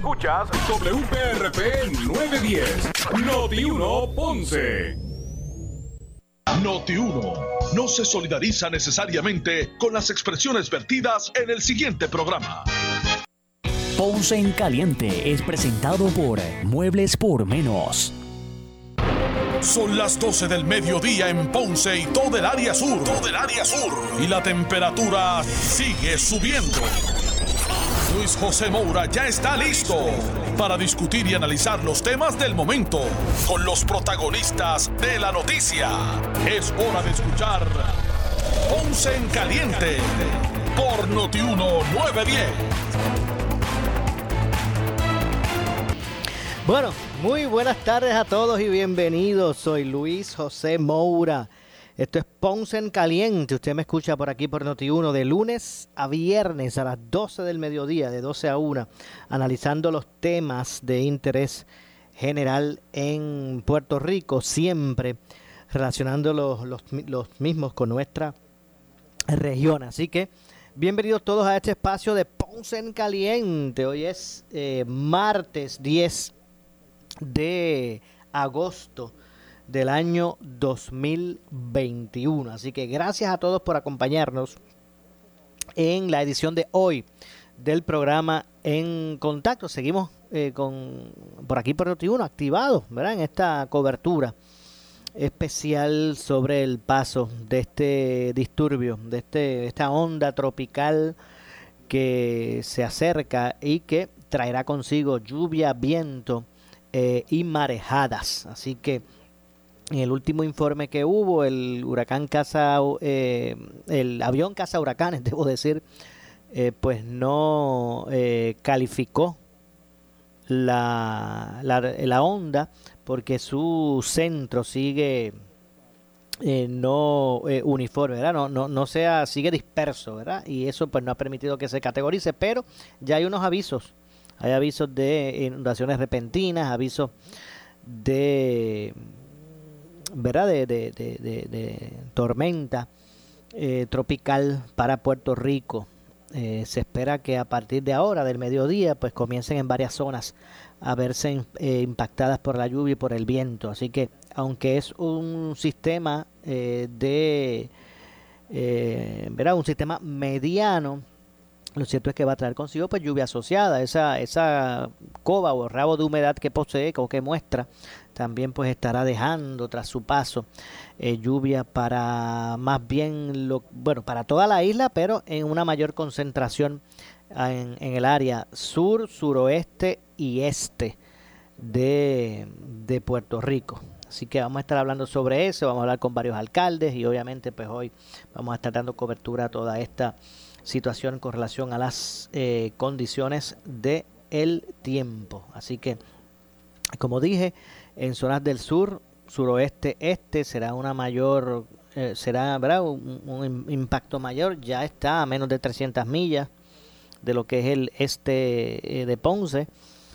Escuchas WPRP 910, Noti1 Ponce. Noti1 no se solidariza necesariamente con las expresiones vertidas en el siguiente programa. Ponce en Caliente es presentado por Muebles por Menos. Son las 12 del mediodía en Ponce y todo el área sur. Y la temperatura sigue subiendo. Luis José Moura ya está listo para discutir y analizar los temas del momento con los protagonistas de la noticia. Es hora de escuchar Ponce en Caliente por Noti1 910. Bueno, muy buenas tardes a todos y bienvenidos. Soy Luis José Moura. Esto es Ponce en Caliente. Usted me escucha por aquí por Noti1 de lunes a viernes a las 12 del mediodía, de 12 a 1, analizando los temas de interés general en Puerto Rico, siempre relacionando los mismos con nuestra región. Así que bienvenidos todos a este espacio de Ponce en Caliente. Hoy es martes 10 de agosto del año 2021. Así que gracias a todos por acompañarnos en la edición de hoy del programa En Contacto. Seguimos por aquí por Noti1 activados, ¿verdad?, en esta cobertura especial sobre el paso de este disturbio, de esta onda tropical que se acerca y que traerá consigo lluvia, viento y marejadas. Así que en el último informe que hubo, el avión caza huracanes, debo decir, pues no calificó la onda porque su centro sigue no uniforme, ¿verdad? Sigue disperso, ¿verdad? Y eso pues no ha permitido que se categorice, pero ya hay unos avisos. Hay avisos de inundaciones repentinas, avisos de tormenta tropical para Puerto Rico. Se espera que a partir de ahora, del mediodía, pues comiencen en varias zonas a verse impactadas por la lluvia y por el viento. Así que, aunque es un sistema un sistema mediano, lo cierto es que va a traer consigo pues lluvia asociada, esa cova o rabo de humedad que posee o que muestra, también pues estará dejando tras su paso lluvia para más bien para toda la isla, pero en una mayor concentración en el área sur, suroeste y este de Puerto Rico. Así que vamos a estar hablando sobre eso, vamos a hablar con varios alcaldes y obviamente pues hoy vamos a estar dando cobertura a toda esta situación con relación a las condiciones del tiempo. Así que, como dije, en zonas del sur, suroeste, este será una mayor, ¿verdad?, un impacto mayor. Ya está a menos de 300 millas de lo que es el este de Ponce.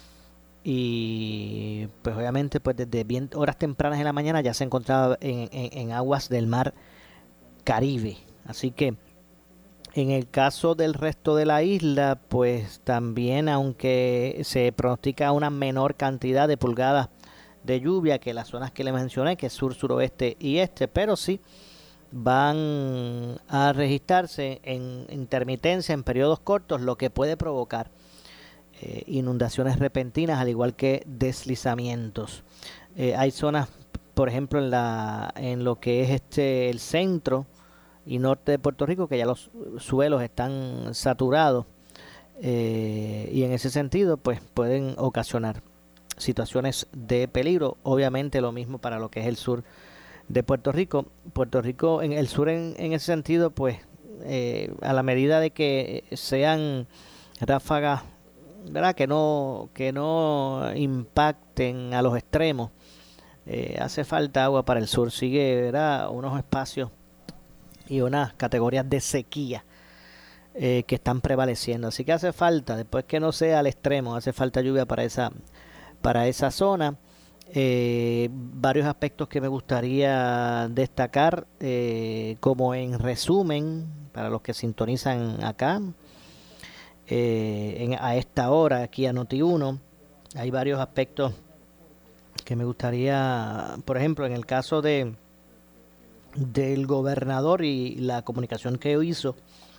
Y pues obviamente pues desde bien horas tempranas de la mañana ya se encontraba en aguas del mar Caribe. Así que en el caso del resto de la isla, pues también, aunque se pronostica una menor cantidad de pulgadas de lluvia que las zonas que le mencioné, que es sur, suroeste y este, pero sí van a registrarse en intermitencia en periodos cortos, lo que puede provocar inundaciones repentinas, al igual que deslizamientos. Hay zonas, por ejemplo, en lo que es el centro y norte de Puerto Rico, que ya los suelos están saturados y en ese sentido pues pueden ocasionar situaciones de peligro. Obviamente lo mismo para lo que es el sur de Puerto Rico. Puerto Rico en el sur en ese sentido pues a la medida de que sean ráfagas, ¿verdad?, que no impacten a los extremos, hace falta agua para el sur. Sigue, ¿verdad?, unos espacios y unas categorías de sequía que están prevaleciendo. Así que hace falta, después que no sea al extremo, hace falta lluvia para esa zona. Varios aspectos que me gustaría destacar, como en resumen, para los que sintonizan acá. a esta hora aquí a Noti1. Hay varios aspectos que me gustaría, por ejemplo, en el caso del gobernador y la comunicación que hizo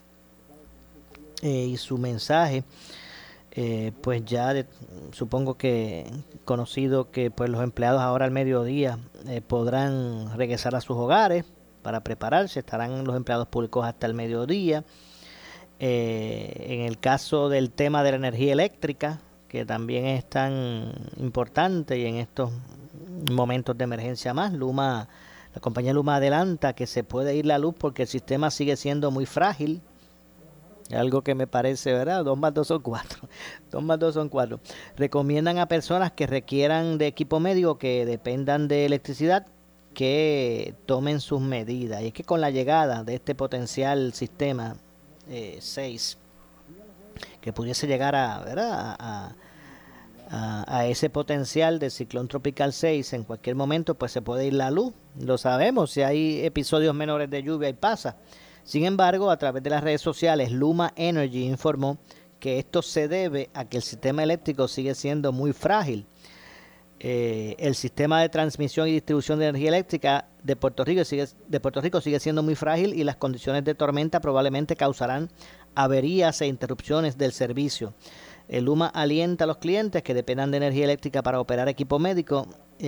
y su mensaje, pues ya supongo que conocido que pues los empleados ahora al mediodía podrán regresar a sus hogares para prepararse, estarán los empleados públicos hasta el mediodía. En el caso del tema de la energía eléctrica, que también es tan importante y en estos momentos de emergencia más, la compañía Luma adelanta que se puede ir la luz porque el sistema sigue siendo muy frágil. Algo que me parece, ¿verdad? 2 más 2 son 4. 2 más 2 son 4. Recomiendan a personas que requieran de equipo médico, que dependan de electricidad, que tomen sus medidas. Y es que con la llegada de este potencial sistema 6, que pudiese llegar a, ¿verdad?, a ese potencial de ciclón tropical 6, en cualquier momento pues se puede ir la luz. Lo sabemos, si hay episodios menores de lluvia y pasa. Sin embargo, a través de las redes sociales, Luma Energy informó que esto se debe a que el sistema eléctrico sigue siendo muy frágil. El sistema de transmisión y distribución de energía eléctrica de Puerto Rico sigue siendo muy frágil y las condiciones de tormenta probablemente causarán averías e interrupciones del servicio. Luma alienta a los clientes que dependan de energía eléctrica para operar equipo médico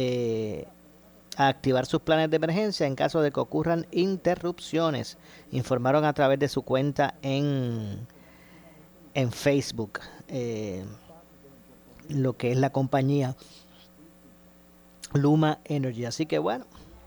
a activar sus planes de emergencia en caso de que ocurran interrupciones, informaron a través de su cuenta en Facebook, lo que es la compañía Luma Energy. Así que bueno,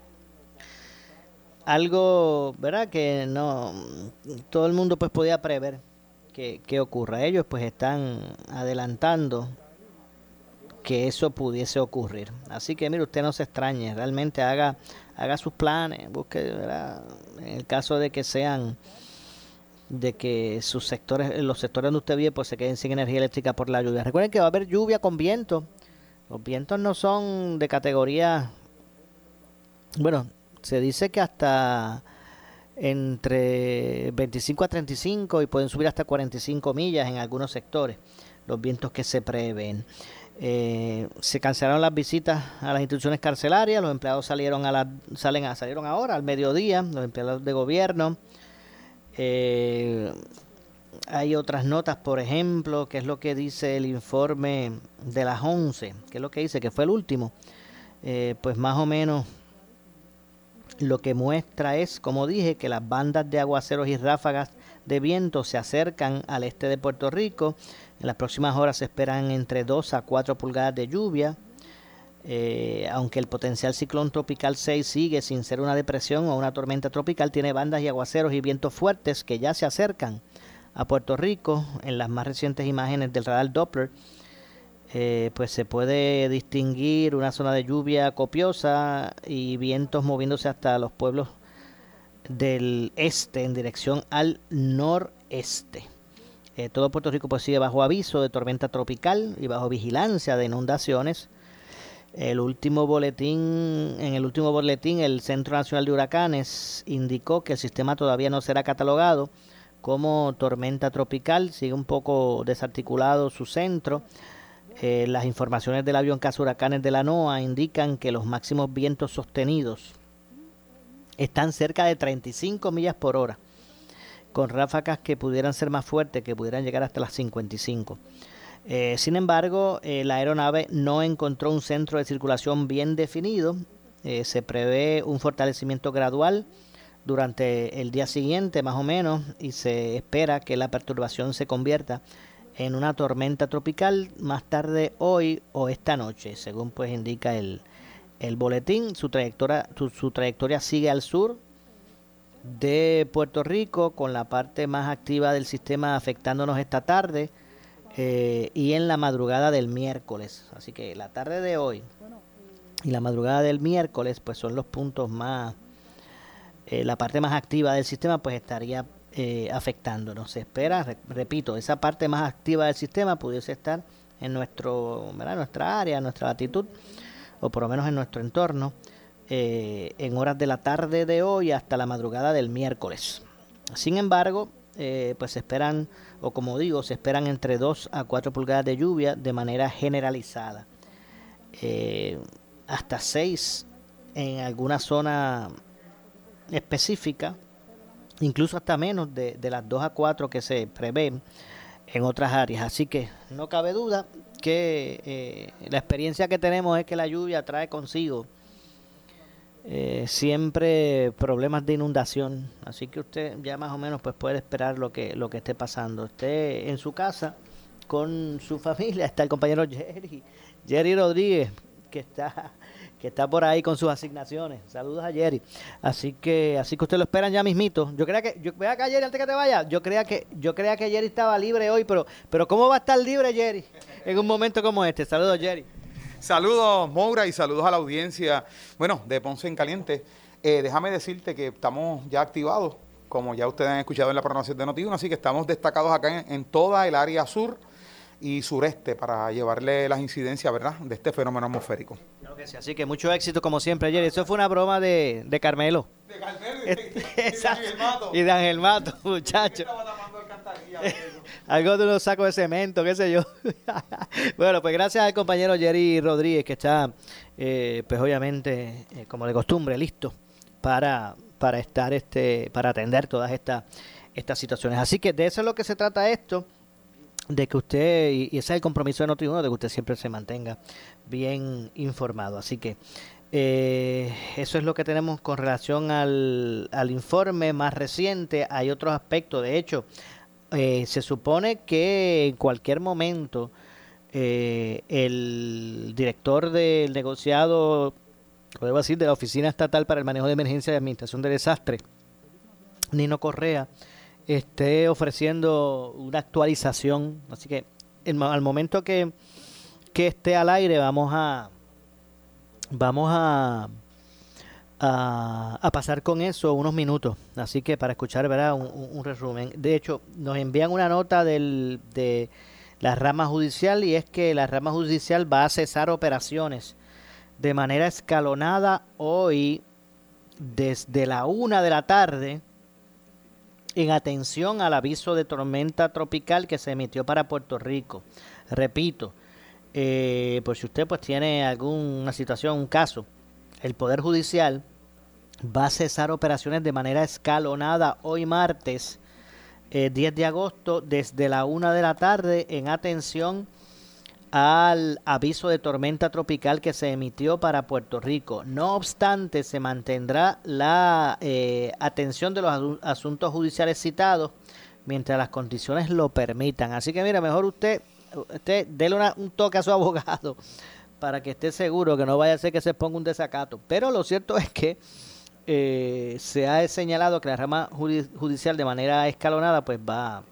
algo, ¿verdad?, que no todo el mundo pues podía prever que ocurra. Ellos pues están adelantando que eso pudiese ocurrir. Así que mire, usted no se extrañe, realmente haga sus planes, busque, ¿verdad?, en el caso de que sean, de que sus sectores, los sectores donde usted vive pues se queden sin energía eléctrica por la lluvia. Recuerden que va a haber lluvia con viento. Los vientos no son de categoría, bueno, se dice que hasta entre 25 a 35 y pueden subir hasta 45 millas en algunos sectores, los vientos que se prevén. Se cancelaron las visitas a las instituciones carcelarias, los empleados salieron ahora al mediodía, los empleados de gobierno. Hay otras notas, por ejemplo, que es lo que dice el informe de las 11, que es lo que dice, que fue el último. Pues más o menos lo que muestra es, como dije, que las bandas de aguaceros y ráfagas de viento se acercan al este de Puerto Rico. En las próximas horas se esperan entre 2 a 4 pulgadas de lluvia. Aunque el potencial ciclón tropical 6 sigue sin ser una depresión o una tormenta tropical, tiene bandas y aguaceros y vientos fuertes que ya se acercan a Puerto Rico. En las más recientes imágenes del radar Doppler, pues se puede distinguir una zona de lluvia copiosa y vientos moviéndose hasta los pueblos del este en dirección al noreste. Todo Puerto Rico pues sigue bajo aviso de tormenta tropical y bajo vigilancia de inundaciones. En el último boletín, el Centro Nacional de Huracanes indicó que el sistema todavía no será catalogado como tormenta tropical. Sigue un poco desarticulado su centro. Las informaciones del avión caza huracanes de la NOAA indican que los máximos vientos sostenidos están cerca de 35 millas por hora, con ráfagas que pudieran ser más fuertes, que pudieran llegar hasta las 55. Sin embargo, la aeronave no encontró un centro de circulación bien definido. Se prevé un fortalecimiento gradual durante el día siguiente, más o menos, y se espera que la perturbación se convierta en una tormenta tropical más tarde hoy o esta noche, según pues indica el boletín. Su trayectoria sigue al sur de Puerto Rico, con la parte más activa del sistema afectándonos esta tarde y en la madrugada del miércoles. Así que la tarde de hoy y la madrugada del miércoles pues son los puntos más, la parte más activa del sistema pues estaría afectándonos. Se espera, repito, esa parte más activa del sistema pudiese estar en nuestra área, en nuestra latitud, o por lo menos en nuestro entorno, en horas de la tarde de hoy hasta la madrugada del miércoles. Sin embargo, pues se esperan, o como digo, se esperan entre 2 a 4 pulgadas de lluvia de manera generalizada. Hasta 6 en alguna zona específica, incluso hasta menos de las 2 a 4 que se prevén en otras áreas. Así que no cabe duda que la experiencia que tenemos es que la lluvia trae consigo siempre problemas de inundación, así que usted ya más o menos pues puede esperar lo que esté pasando. Usted en su casa con su familia, está el compañero Jerry Rodríguez, que está por ahí con sus asignaciones. Saludos a Jerry. Así que usted lo esperan ya mismito. Yo vea acá, Jerry, antes que te vaya, yo creía que Jerry estaba libre hoy, pero ¿cómo va a estar libre Jerry en un momento como este? Saludos, Jerry. Saludos, Moura, y saludos a la audiencia, bueno, de Ponce en Caliente. Déjame decirte que estamos ya activados, como ya ustedes han escuchado en la programación de Noti1, así que estamos destacados acá en toda el área sur y sureste para llevarle las incidencias, ¿verdad?, de este fenómeno atmosférico. Claro que sí, así que mucho éxito como siempre, Jerry. Eso fue una broma de Carmelo. De Carmelo y de Ángel Mato. Y de Ángel Mato, muchacho. Algo de unos sacos de cemento, qué sé yo. Bueno, pues gracias al compañero Jerry Rodríguez, que está, pues obviamente, como de costumbre, listo para estar, para atender todas estas situaciones. Así que de eso es lo que se trata esto, de que usted, y ese es el compromiso de Noti1, de que usted siempre se mantenga bien informado. Así que eso es lo que tenemos con relación al informe más reciente. Hay otros aspectos, de hecho, se supone que en cualquier momento el director del negociado, o debo decir, de la Oficina Estatal para el Manejo de Emergencia y Administración de Desastres, Nino Correa, esté ofreciendo una actualización. Así que al momento que esté al aire vamos a pasar con eso unos minutos, así que para escuchar, ¿verdad?, un resumen. De hecho, nos envían una nota de la rama judicial, y es que la rama judicial va a cesar operaciones de manera escalonada hoy desde la 1 de la tarde en atención al aviso de tormenta tropical que se emitió para Puerto Rico. Repito, por si usted pues tiene alguna situación, un caso, el Poder Judicial va a cesar operaciones de manera escalonada hoy martes 10 de agosto desde la 1 de la tarde en atención al aviso de tormenta tropical que se emitió para Puerto Rico. No obstante, se mantendrá la atención de los asuntos judiciales citados mientras las condiciones lo permitan. Así que mira, mejor usted déle un toque a su abogado para que esté seguro que no vaya a ser que se ponga un desacato. Pero lo cierto es que se ha señalado que la rama judicial de manera escalonada pues va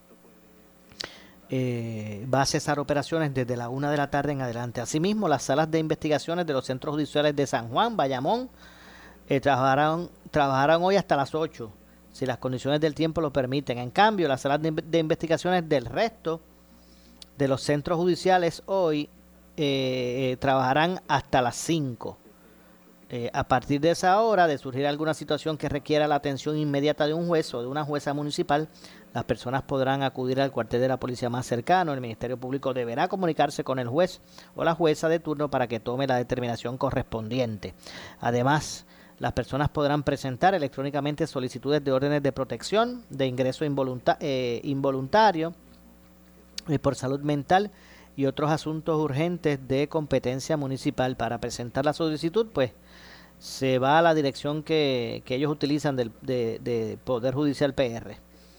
a cesar operaciones desde la 1 de la tarde en adelante. Asimismo, las salas de investigaciones de los centros judiciales de San Juan, Bayamón, trabajarán hoy hasta las 8, si las condiciones del tiempo lo permiten. En cambio, las salas de investigaciones del resto de los centros judiciales hoy trabajarán hasta las 5. A partir de esa hora, de surgir alguna situación que requiera la atención inmediata de un juez o de una jueza municipal, las personas podrán acudir al cuartel de la policía más cercano. El Ministerio Público deberá comunicarse con el juez o la jueza de turno para que tome la determinación correspondiente. Además, las personas podrán presentar electrónicamente solicitudes de órdenes de protección, de ingreso involuntario por salud mental y otros asuntos urgentes de competencia municipal. Para presentar la solicitud, pues se va a la dirección que ellos utilizan de Poder Judicial PR.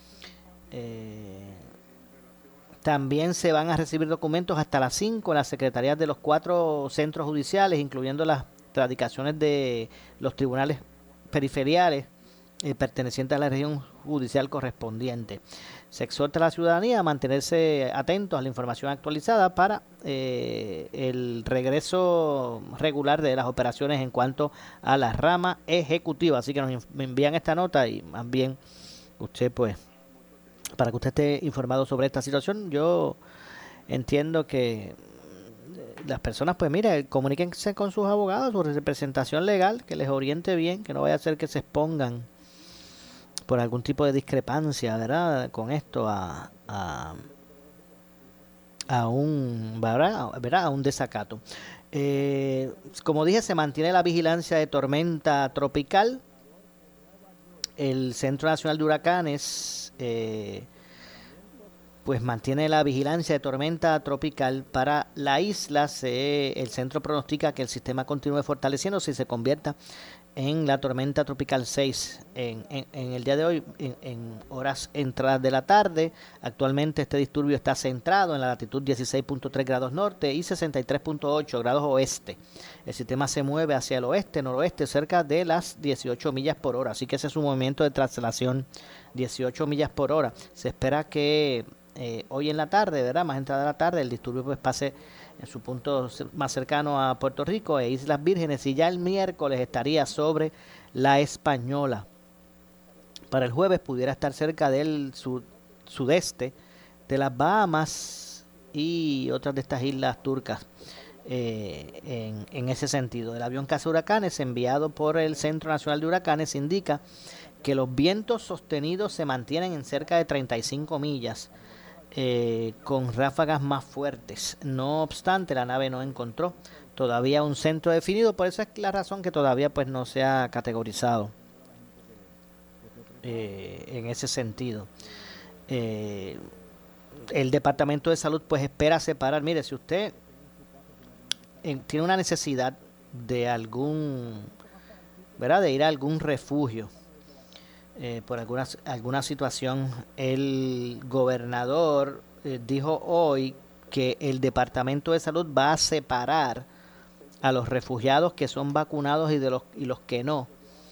También se van a recibir documentos hasta las 5 en las secretarías de los 4 centros judiciales, incluyendo las radicaciones de los tribunales periferiales pertenecientes a la región judicial correspondiente. Se exhorta a la ciudadanía a mantenerse atentos a la información actualizada para el regreso regular de las operaciones en cuanto a la rama ejecutiva. Así que me envían esta nota y más bien usted, pues, para que usted esté informado sobre esta situación. Yo entiendo que las personas, pues mire, comuníquense con sus abogados, su representación legal, que les oriente bien, que no vaya a ser que se expongan por algún tipo de discrepancia, ¿verdad? Con esto a un, ¿verdad? A un desacato. Como dije, se mantiene la vigilancia de tormenta tropical. El Centro Nacional de Huracanes pues mantiene la vigilancia de tormenta tropical para la isla. El centro pronostica que el sistema continúe fortaleciéndose y se convierta en la tormenta tropical 6 en el día de hoy, en horas entradas de la tarde. Actualmente este disturbio está centrado en la latitud 16.3 grados norte y 63.8 grados oeste. El sistema se mueve hacia el oeste-noroeste cerca de las 18 millas por hora, así que ese es un movimiento de traslación 18 millas por hora. Se espera que hoy en la tarde, ¿verdad? Más entrada de la tarde, el disturbio pues pase en su punto más cercano a Puerto Rico e Islas Vírgenes, y ya el miércoles estaría sobre la Española. Para el jueves pudiera estar cerca del sudeste de las Bahamas y otras de estas islas turcas. En ese sentido, el avión cazahuracanes enviado por el Centro Nacional de Huracanes indica que los vientos sostenidos se mantienen en cerca de 35 millas, con ráfagas más fuertes. No obstante, la nave no encontró todavía un centro definido, por eso es la razón que todavía pues no se ha categorizado en ese sentido. El Departamento de Salud pues espera separar. Mire, si usted tiene una necesidad de ¿verdad? De ir a algún refugio por alguna situación, el gobernador dijo hoy que el Departamento de Salud va a separar a los refugiados que son vacunados y los que no,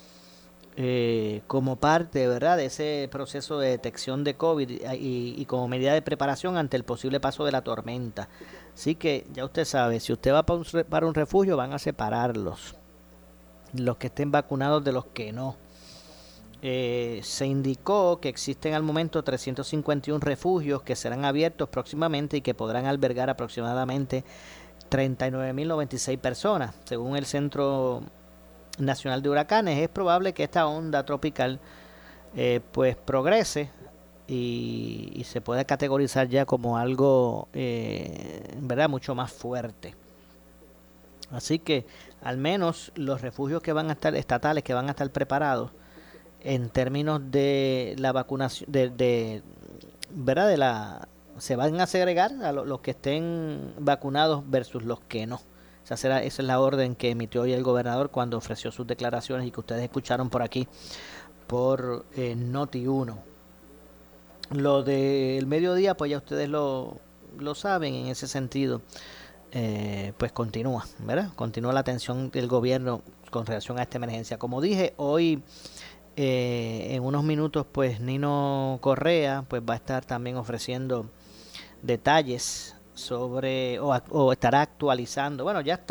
como parte, ¿verdad?, de ese proceso de detección de COVID y como medida de preparación ante el posible paso de la tormenta. Así que ya usted sabe, si usted va para un refugio, van a separarlos, los que estén vacunados de los que no. Se indicó que existen al momento 351 refugios que serán abiertos próximamente y que podrán albergar aproximadamente 39.096 personas. Según el Centro Nacional de Huracanes, es probable que esta onda tropical pues progrese y se pueda categorizar ya como algo ¿verdad?, mucho más fuerte. Así que al menos los refugios que van a estar estatales, que van a estar preparados en términos de la vacunación, ¿verdad? Se van a segregar a los que estén vacunados versus los que no. Esa es la orden que emitió hoy el gobernador cuando ofreció sus declaraciones y que ustedes escucharon por aquí por Noti1. Lo del mediodía, pues ya ustedes lo saben. En ese sentido, pues continúa, ¿verdad? Continúa la atención del gobierno con relación a esta emergencia. Como dije, hoy en unos minutos pues Nino Correa pues va a estar también ofreciendo detalles sobre o estará actualizando. Bueno, ya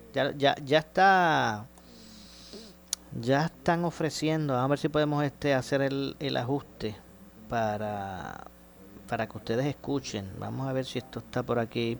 están ofreciendo. Vamos a ver si podemos hacer el ajuste para que ustedes escuchen. Vamos a ver si esto está por aquí,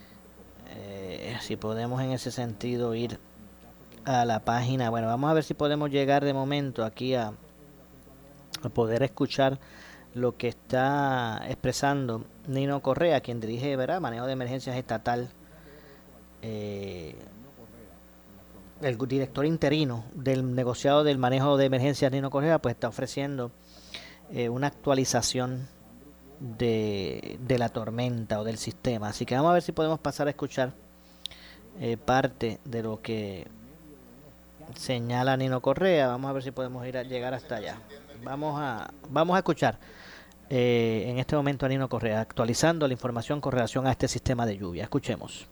si podemos en ese sentido ir a la página. Bueno, vamos a ver si podemos llegar de momento aquí a poder escuchar lo que está expresando Nino Correa, quien dirige, ¿verdad?, manejo de emergencias estatal. El director interino del negociado del manejo de emergencias, Nino Correa, pues está ofreciendo una actualización de la tormenta o del sistema. Así que vamos a ver si podemos pasar a escuchar parte de lo que señala Nino Correa. Vamos a ver si podemos llegar hasta allá. Vamos a escuchar en este momento a Nino Correa actualizando la información con relación a este sistema de lluvia. Escuchemos.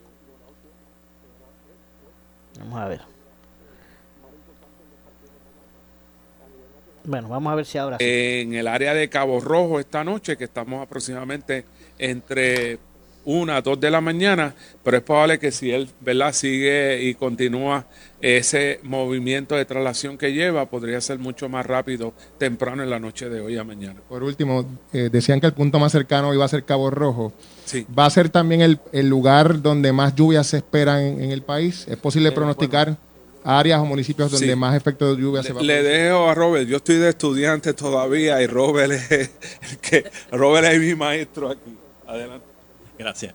Vamos a ver. Bueno, vamos a ver si ahora sí. En el área de Cabo Rojo esta noche, que estamos aproximadamente entre 1 a 2 de la mañana, pero es probable que si él, ¿verdad?, sigue y continúa ese movimiento de traslación que lleva, podría ser mucho más rápido temprano en la noche de hoy a mañana. Por último, decían que el punto más cercano iba a ser Cabo Rojo. Sí. ¿Va a ser también el lugar donde más lluvias se esperan en el país? ¿Es posible pronosticar? áreas o municipios donde Sí. más efecto de lluvia se va a Le producir. dejo a Robert, yo estoy de estudiante todavía y Robert es, Robert es mi maestro aquí. Adelante. Gracias.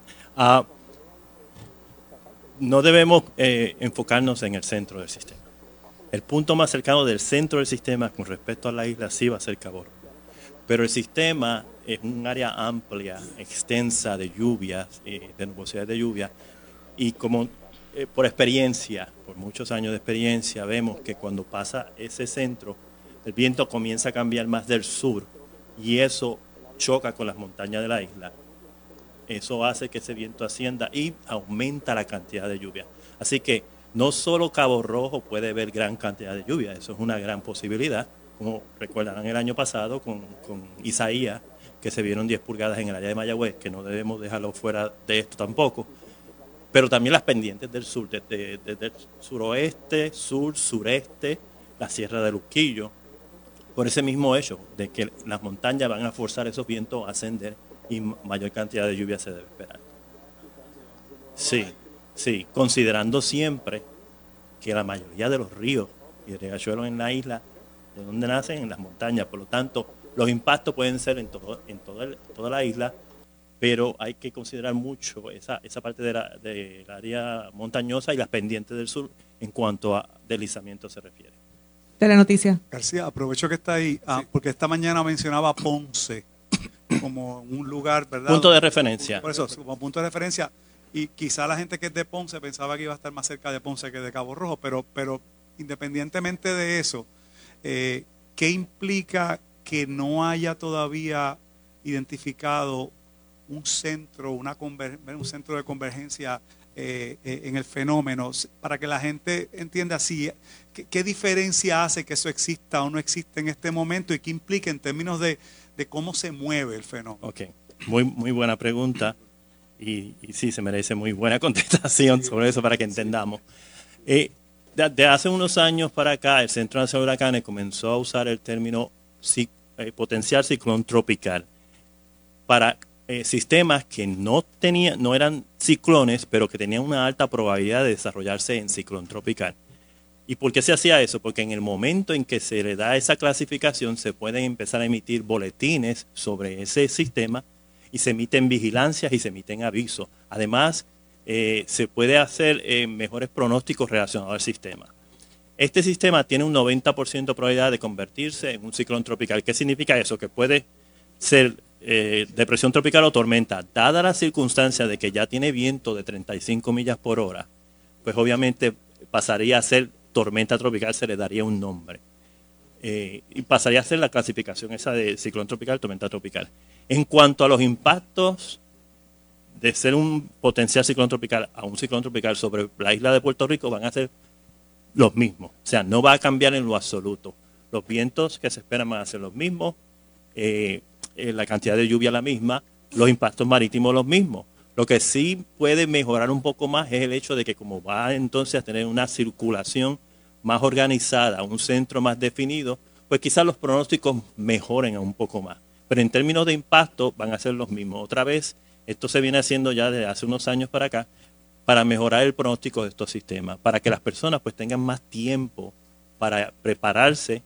No debemos enfocarnos en el centro del sistema. El punto más cercano del centro del sistema con respecto a la isla sí va a ser Cabo Rojo. Pero el sistema es un área amplia, extensa de lluvias, de nubosidad de lluvia, y como por experiencia, por muchos años de experiencia, vemos que cuando pasa ese centro, el viento comienza a cambiar más del sur y eso choca con las montañas de la isla. Eso hace que ese viento ascienda y aumenta la cantidad de lluvia. Así que no solo Cabo Rojo puede ver gran cantidad de lluvia, eso es una gran posibilidad. Como recordarán el año pasado con Isaías, que se vieron 10 pulgadas en el área de Mayagüez, que no debemos dejarlo fuera de esto tampoco. Pero también las pendientes del sur, desde el suroeste, sur, sureste, la Sierra de Luquillo, por ese mismo hecho de que las montañas van a forzar esos vientos a ascender y mayor cantidad de lluvia se debe esperar. Sí, considerando siempre que la mayoría de los ríos y riachuelos en la isla, de donde nacen, en las montañas, por lo tanto, los impactos pueden ser en toda la isla, pero hay que considerar mucho esa parte del área montañosa y las pendientes del sur en cuanto a deslizamiento se refiere. Telenoticia. García, aprovecho que está ahí, porque esta mañana mencionaba Ponce como un lugar, ¿verdad? Punto de referencia. Por eso, como punto de referencia, y quizá la gente que es de Ponce pensaba que iba a estar más cerca de Ponce que de Cabo Rojo, pero independientemente de eso, ¿qué implica que no haya todavía identificado un centro, un centro de convergencia en el fenómeno, para que la gente entienda qué diferencia hace que eso exista o no exista en este momento y qué implica en términos de cómo se mueve el fenómeno? Ok, muy buena pregunta y sí, se merece muy buena contestación sobre eso para que entendamos. De hace unos años para acá, el Centro Nacional de Huracanes comenzó a usar el término potencial ciclón tropical para sistemas que no eran ciclones, pero que tenían una alta probabilidad de desarrollarse en ciclón tropical. ¿Y por qué se hacía eso? Porque en el momento en que se le da esa clasificación, se pueden empezar a emitir boletines sobre ese sistema y se emiten vigilancias y se emiten avisos. Además, se puede hacer mejores pronósticos relacionados al sistema. Este sistema tiene un 90% de probabilidad de convertirse en un ciclón tropical. ¿Qué significa eso? Que puede ser depresión tropical o tormenta. Dada la circunstancia de que ya tiene viento de 35 millas por hora, pues obviamente pasaría a ser tormenta tropical, se le daría un nombre. Y pasaría a ser la clasificación esa de ciclón tropical, tormenta tropical. En cuanto a los impactos de ser un potencial ciclón tropical a un ciclón tropical sobre la isla de Puerto Rico, van a ser los mismos. O sea, no va a cambiar en lo absoluto. Los vientos que se esperan van a ser los mismos, la cantidad de lluvia la misma, los impactos marítimos los mismos. Lo que sí puede mejorar un poco más es el hecho de que como va entonces a tener una circulación más organizada, un centro más definido, pues quizás los pronósticos mejoren un poco más. Pero en términos de impacto van a ser los mismos. Otra vez, esto se viene haciendo ya desde hace unos años para acá, para mejorar el pronóstico de estos sistemas, para que las personas pues tengan más tiempo para prepararse,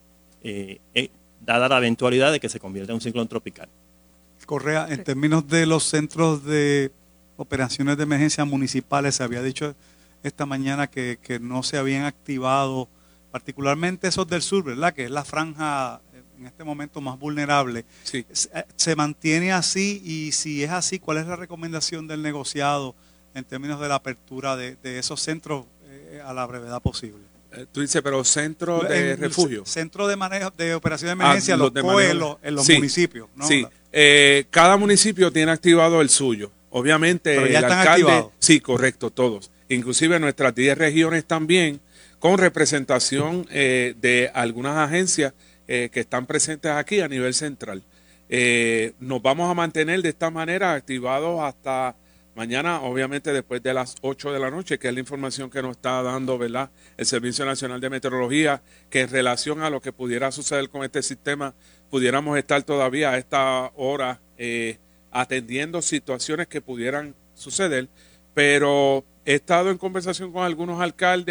dada la eventualidad de que se convierta en un ciclón tropical. Correa, en términos de los centros de operaciones de emergencia municipales, se había dicho esta mañana que no se habían activado, particularmente esos del sur, ¿verdad? Que es la franja en este momento más vulnerable. Sí. ¿Se mantiene así? Y si es así, ¿cuál es la recomendación del negociado en términos de la apertura de esos centros a la brevedad posible? Tú dices, pero centro de refugio. Centro de manejo de operaciones de emergencia, los COE en los municipios, ¿no? Sí, cada municipio tiene activado el suyo. Obviamente pero ya el están alcalde, activados. Sí, correcto, todos. Inclusive nuestras 10 regiones también, con representación de algunas agencias que están presentes aquí a nivel central. Nos vamos a mantener de esta manera activados hasta mañana, obviamente después de las 8 de la noche, que es la información que nos está dando, ¿verdad?, el Servicio Nacional de Meteorología, que en relación a lo que pudiera suceder con este sistema, pudiéramos estar todavía a esta hora atendiendo situaciones que pudieran suceder, pero he estado en conversación con algunos alcaldes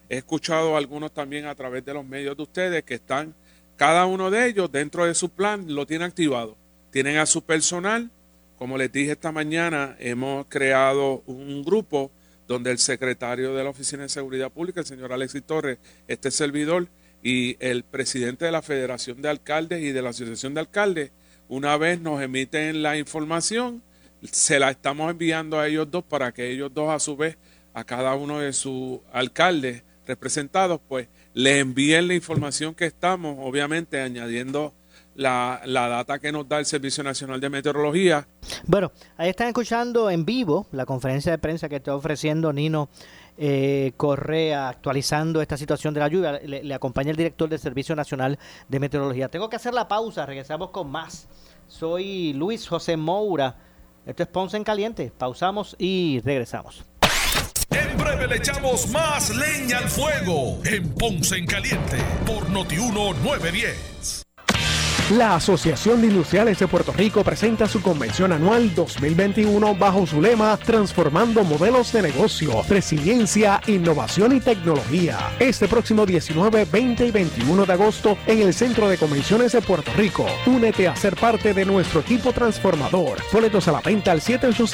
he escuchado a algunos también a través de los medios de ustedes que están, cada uno de ellos dentro de su plan lo tiene activado. Tienen a su personal, como les dije esta mañana, hemos creado un grupo donde el secretario de la Oficina de Seguridad Pública, el señor Alexis Torres, este servidor, y el presidente de la Federación de Alcaldes y de la Asociación de Alcaldes, una vez nos emiten la información, se la estamos enviando a ellos dos para que ellos dos a su vez a cada uno de sus alcaldes representados, pues le envíen la información que estamos, obviamente añadiendo la data que nos da el Servicio Nacional de Meteorología. Bueno, ahí están escuchando en vivo la conferencia de prensa que está ofreciendo Nino Correa, actualizando esta situación de la lluvia. Le acompaña el director del Servicio Nacional de Meteorología. Tengo que hacer la pausa, regresamos con más. Soy Luis José Moura. Esto es Ponce en Caliente. Pausamos y regresamos. En breve le echamos más leña al fuego en Ponce en Caliente por Noti1 910. La Asociación de Industriales de Puerto Rico presenta su convención anual 2021 bajo su lema Transformando Modelos de Negocio, Resiliencia, Innovación y Tecnología. Este próximo 19, 20 y 21 de agosto en el Centro de Convenciones de Puerto Rico. Únete a ser parte de nuestro equipo transformador. Boletos a la venta al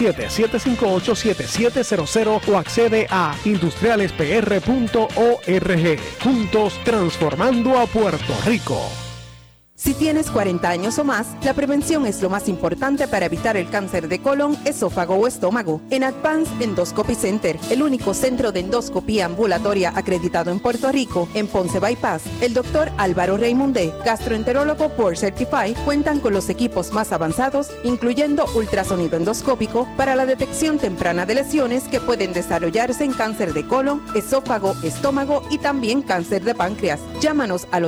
787-758-7700 o accede a industrialespr.org. Juntos transformando a Puerto Rico. Si tienes 40 años o más, la prevención es lo más importante para evitar el cáncer de colon, esófago o estómago. En Advanced Endoscopy Center, el único centro de endoscopía ambulatoria acreditado en Puerto Rico, en Ponce Bypass, el Dr. Álvaro Raymondé, gastroenterólogo Board Certified, cuentan con los equipos más avanzados, incluyendo ultrasonido endoscópico, para la detección temprana de lesiones que pueden desarrollarse en cáncer de colon, esófago, estómago y también cáncer de páncreas. Llámanos al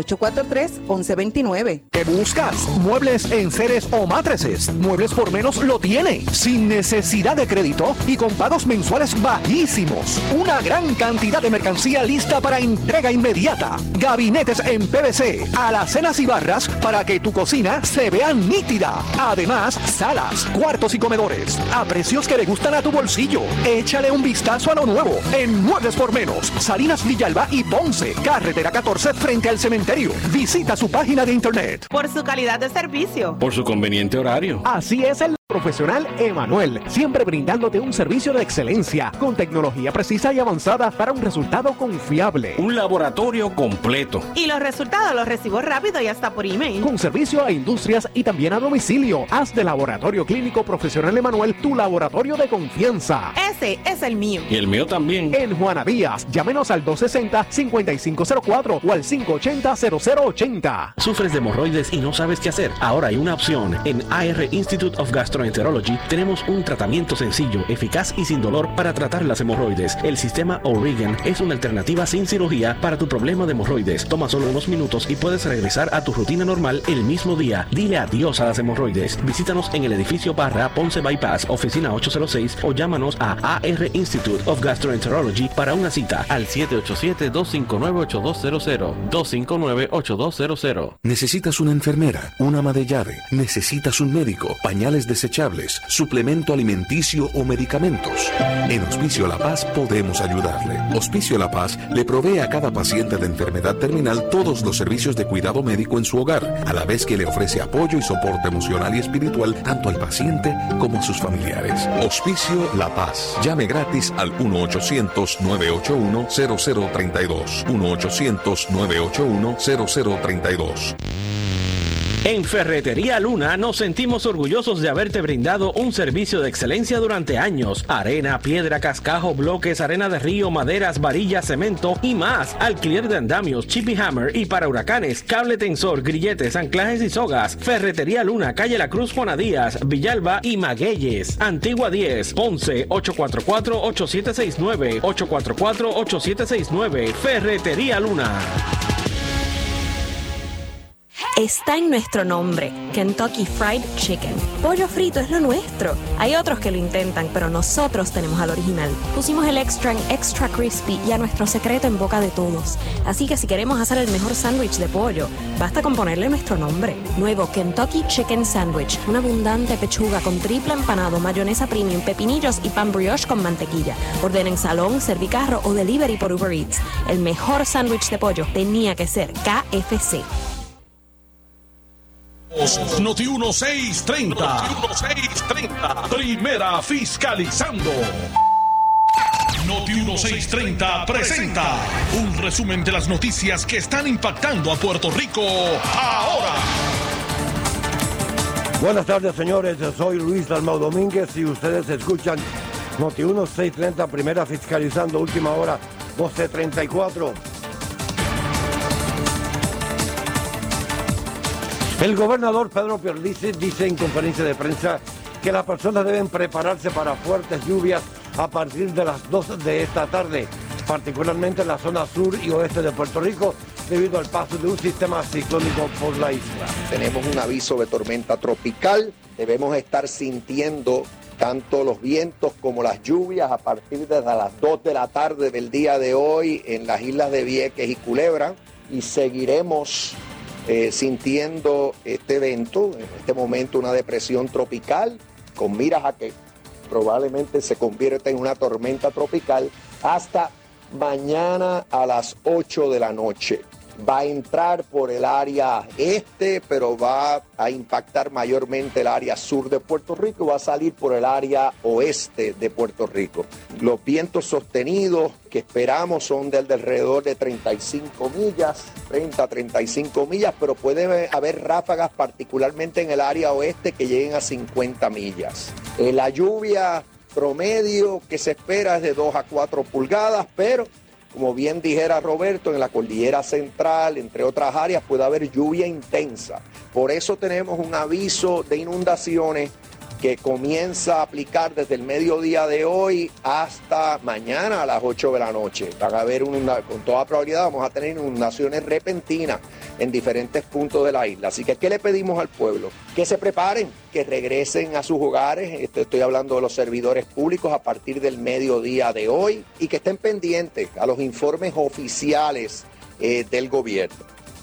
843-1129. ¿Qué buscas? ¿Muebles, enseres o matrices? Muebles por Menos lo tiene, sin necesidad de crédito y con pagos mensuales bajísimos. Una gran cantidad de mercancía lista para entrega inmediata. Gabinetes en PVC, alacenas y barras para que tu cocina se vea nítida. Además, salas, cuartos y comedores a precios que le gustan a tu bolsillo. Échale un vistazo a lo nuevo en Muebles por Menos, Salinas, Villalba y Ponce, carretera 14 frente al cementerio. Visita su página de internet. Por su calidad de servicio. Por su conveniente horario. Así es el profesional Emanuel, siempre brindándote un servicio de excelencia, con tecnología precisa y avanzada para un resultado confiable. Un laboratorio completo. Y los resultados los recibo rápido y hasta por email. Con servicio a industrias y también a domicilio. Haz de Laboratorio Clínico Profesional Emanuel tu laboratorio de confianza. Ese es el mío. Y el mío también. En Juana Díaz, llámenos al 260-5504 o al 580-0080. ¿Sufres de hemorroides y no sabes qué hacer? Ahora hay una opción. En AR Institute of Gastroenterology tenemos un tratamiento sencillo, eficaz y sin dolor para tratar las hemorroides. El sistema O'Regan es una alternativa sin cirugía para tu problema de hemorroides. Toma solo unos minutos y puedes regresar a tu rutina normal el mismo día. Dile adiós a las hemorroides. Visítanos en el edificio Barra Ponce Bypass, oficina 806, o llámanos a AR Institute of Gastroenterology para una cita al 787-259-8200. 259-8200. Necesitas una enfermera, una ama de llave, necesitas un médico, pañales desechables, suplemento alimenticio o medicamentos. En Hospicio La Paz podemos ayudarle. Hospicio La Paz le provee a cada paciente de enfermedad terminal todos los servicios de cuidado médico en su hogar, a la vez que le ofrece apoyo y soporte emocional y espiritual tanto al paciente como a sus familiares. Hospicio La Paz. Llame gratis al 1-800-981-0032. 1-800-981-0032. En Ferretería Luna nos sentimos orgullosos de haberte brindado un servicio de excelencia durante años. Arena, piedra, cascajo, bloques, arena de río, maderas, varillas, cemento y más. Alquiler de andamios, chip y hammer y para huracanes, cable tensor, grilletes, anclajes y sogas. Ferretería Luna, calle La Cruz, Juana Díaz, Villalba y Magueyes. Antigua 10, Ponce, 844-8769, 844-8769. Ferretería Luna. Hey, está en nuestro nombre, Kentucky Fried Chicken. Pollo frito es lo nuestro. Hay otros que lo intentan, pero nosotros tenemos al original. Pusimos el extra en Extra Crispy y a nuestro secreto en boca de todos. Así que si queremos hacer el mejor sándwich de pollo, basta con ponerle nuestro nombre. Nuevo Kentucky Chicken Sandwich. Una abundante pechuga con triple empanado, mayonesa premium, pepinillos y pan brioche con mantequilla. Ordena en salón, servicarro o delivery por Uber Eats. El mejor sándwich de pollo tenía que ser KFC. Noti 1630. Primera fiscalizando. Noti 1630 presenta un resumen de las noticias que están impactando a Puerto Rico ahora. Buenas tardes, señores. Soy Luis Dalmau Domínguez y ustedes escuchan Noti 1630, primera fiscalizando, última hora, 12:34. El gobernador Pedro Pierluisi dice en conferencia de prensa que las personas deben prepararse para fuertes lluvias a partir de las 2 de esta tarde, particularmente en la zona sur y oeste de Puerto Rico, debido al paso de un sistema ciclónico por la isla. Tenemos un aviso de tormenta tropical, debemos estar sintiendo tanto los vientos como las lluvias a partir de las 2 de la tarde del día de hoy en las islas de Vieques y Culebra, y seguiremos sintiendo este evento, en este momento una depresión tropical, con miras a que probablemente se convierta en una tormenta tropical hasta mañana a las 8 de la noche. Va a entrar por el área este, pero va a impactar mayormente el área sur de Puerto Rico, va a salir por el área oeste de Puerto Rico. Los vientos sostenidos que esperamos son de alrededor de 35 millas, 30 a 35 millas, pero puede haber ráfagas particularmente en el área oeste que lleguen a 50 millas. La lluvia promedio que se espera es de 2 a 4 pulgadas, pero como bien dijera Roberto, en la cordillera central, entre otras áreas, puede haber lluvia intensa. Por eso tenemos un aviso de inundaciones que comienza a aplicar desde el mediodía de hoy hasta mañana a las 8 de la noche. Van a haber con toda probabilidad vamos a tener inundaciones repentinas en diferentes puntos de la isla. Así que, ¿qué le pedimos al pueblo? Que se preparen, que regresen a sus hogares. Estoy hablando de los servidores públicos a partir del mediodía de hoy y que estén pendientes a los informes oficiales del gobierno.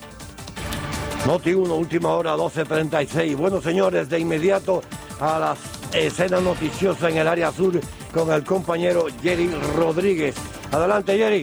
Noti 1, última hora, 12:36. Bueno, señores, de inmediato a la escena noticiosa en el área sur con el compañero Jerry Rodríguez. Adelante, Jerry.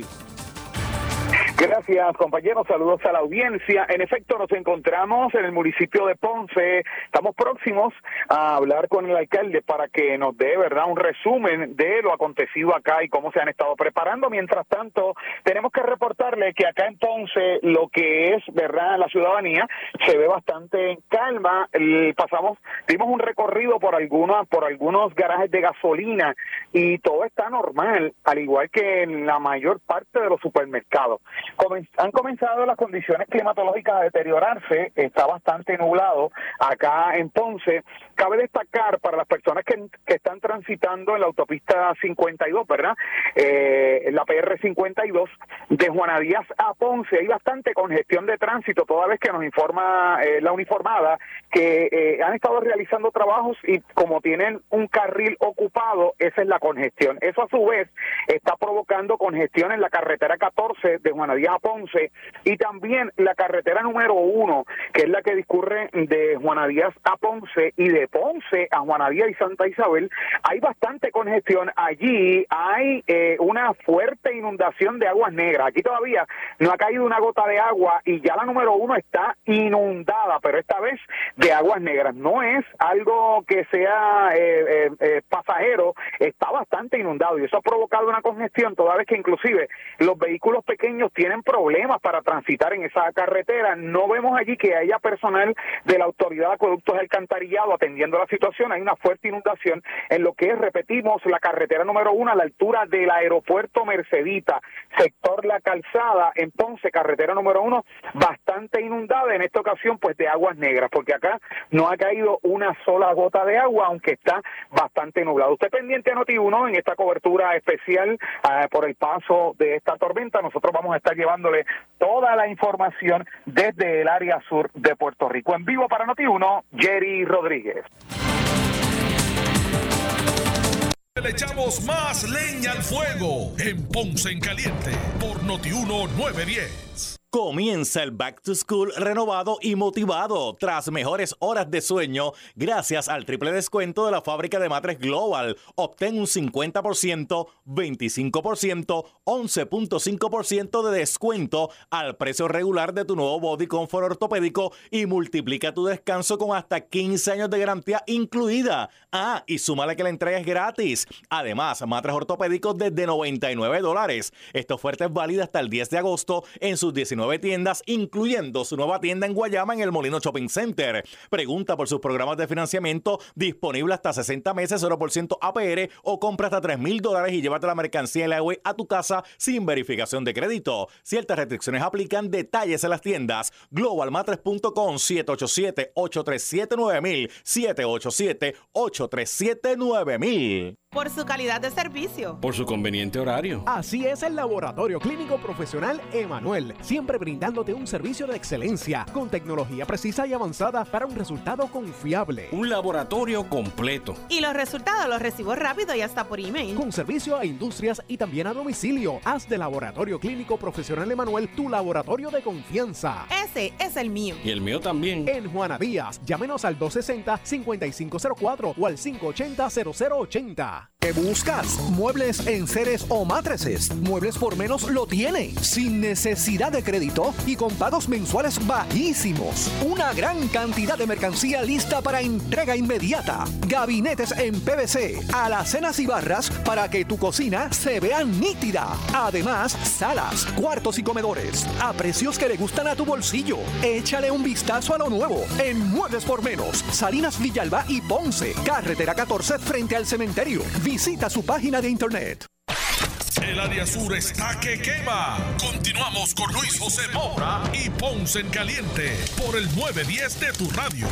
Gracias, compañeros. Saludos a la audiencia. En efecto, nos encontramos en el municipio de Ponce. Estamos próximos a hablar con el alcalde para que nos dé, ¿verdad?, un resumen de lo acontecido acá y cómo se han estado preparando. Mientras tanto, tenemos que reportarle que acá en Ponce lo que es, ¿verdad?, la ciudadanía se ve bastante en calma. Dimos un recorrido por algunos garajes de gasolina y todo está normal, al igual que en la mayor parte de los supermercados. Han comenzado las condiciones climatológicas a deteriorarse, está bastante nublado acá en Ponce. Cabe destacar para las personas que están transitando en la autopista 52, ¿verdad? La PR 52, de Juana Díaz a Ponce, hay bastante congestión de tránsito, toda vez que nos informa la uniformada que han estado realizando trabajos y como tienen un carril ocupado, esa es la congestión. Eso a su vez está provocando congestión en la carretera 14 de Juana Díaz a Ponce y también la carretera número 1, que es la que discurre de Juana Díaz a Ponce y de Ponce a Juana Díaz y Santa Isabel. Hay bastante congestión. Allí hay una fuerte inundación de aguas negras. Aquí todavía no ha caído una gota de agua y ya la número 1 está inundada, pero esta vez de aguas negras. No es algo que sea pasajero, está bastante inundado y eso ha provocado una congestión, toda vez que inclusive los vehículos pequeños tienen problemas para transitar en esa carretera. No vemos allí que haya personal de la Autoridad de Acueductos y Alcantarillado atendiendo la situación. Hay una fuerte inundación en lo que es, repetimos, la carretera número 1 a la altura del aeropuerto Mercedita. sector La Calzada en Ponce, carretera número 1, bastante inundada, en esta ocasión pues de aguas negras, porque acá no ha caído una sola gota de agua, aunque está bastante nublado. Usted pendiente a Noti1 en esta cobertura especial por el paso de esta tormenta. Nosotros vamos a estar llevándole toda la información desde el área sur de Puerto Rico. En vivo para Noti1, Jerry Rodríguez. Le echamos más leña al fuego en Ponce en Caliente por Noti1 910. Comienza el Back to School renovado y motivado tras mejores horas de sueño gracias al triple descuento de la fábrica de matres Global. Obtén un 50%, 25%, 11.5% de descuento al precio regular de tu nuevo Body Comfort ortopédico y multiplica tu descanso con hasta 15 años de garantía incluida. Ah, y súmale que la entrega es gratis. Además, matres ortopédicos desde $99. Esta oferta es válida hasta el 10 de agosto en sus 19 tiendas, incluyendo su nueva tienda en Guayama en el Molino Shopping Center. Pregunta por sus programas de financiamiento disponible hasta 60 meses, 0% APR o compra hasta $3,000 y llévate la mercancía en la web a tu casa sin verificación de crédito. Ciertas restricciones aplican. Detalles en las tiendas. Globalmatres.com 787-837-9000 787-837-9000. Por su calidad de servicio. Por su conveniente horario. Así es el Laboratorio Clínico Profesional Emanuel, siempre brindándote un servicio de excelencia, con tecnología precisa y avanzada para un resultado confiable. Un laboratorio completo. Y los resultados los recibo rápido y hasta por email. Con servicio a industrias y también a domicilio. Haz de Laboratorio Clínico Profesional Emanuel tu laboratorio de confianza. Ese es el mío. Y el mío también. En Juana Díaz, llámenos al 260-5504 o al 580-0080. ¿Qué buscas? ¿Muebles, enseres o matrices? Muebles por Menos lo tiene, sin necesidad de crédito y con pagos mensuales bajísimos. Una gran cantidad de mercancía lista para entrega inmediata. Gabinetes en PVC, alacenas y barras para que tu cocina se vea nítida. Además, salas, cuartos y comedores a precios que le gustan a tu bolsillo. Échale un vistazo a lo nuevo en Muebles por Menos, Salinas, Villalba y Ponce, carretera 14 frente al cementerio. Visita su página de internet. El área sur está que quema. Continuamos con Luis José Moura y Ponce en Caliente por el 910 de tu radio.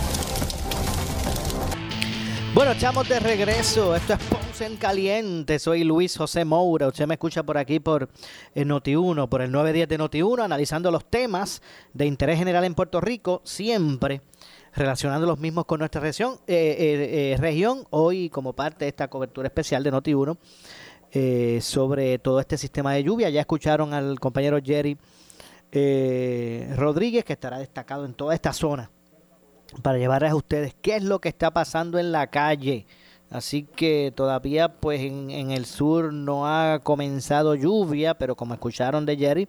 Bueno, estamos de regreso. Esto es Ponce en Caliente. Soy Luis José Moura. Usted me escucha por aquí por Noti1, por el 910 de Noti1, analizando los temas de interés general en Puerto Rico, siempre relacionando los mismos con nuestra región, hoy como parte de esta cobertura especial de Noti1 sobre todo este sistema de lluvia. Ya escucharon al compañero Jerry Rodríguez, que estará destacado en toda esta zona para llevarles a ustedes qué es lo que está pasando en la calle. Así que todavía pues en el sur no ha comenzado lluvia, pero como escucharon de Jerry,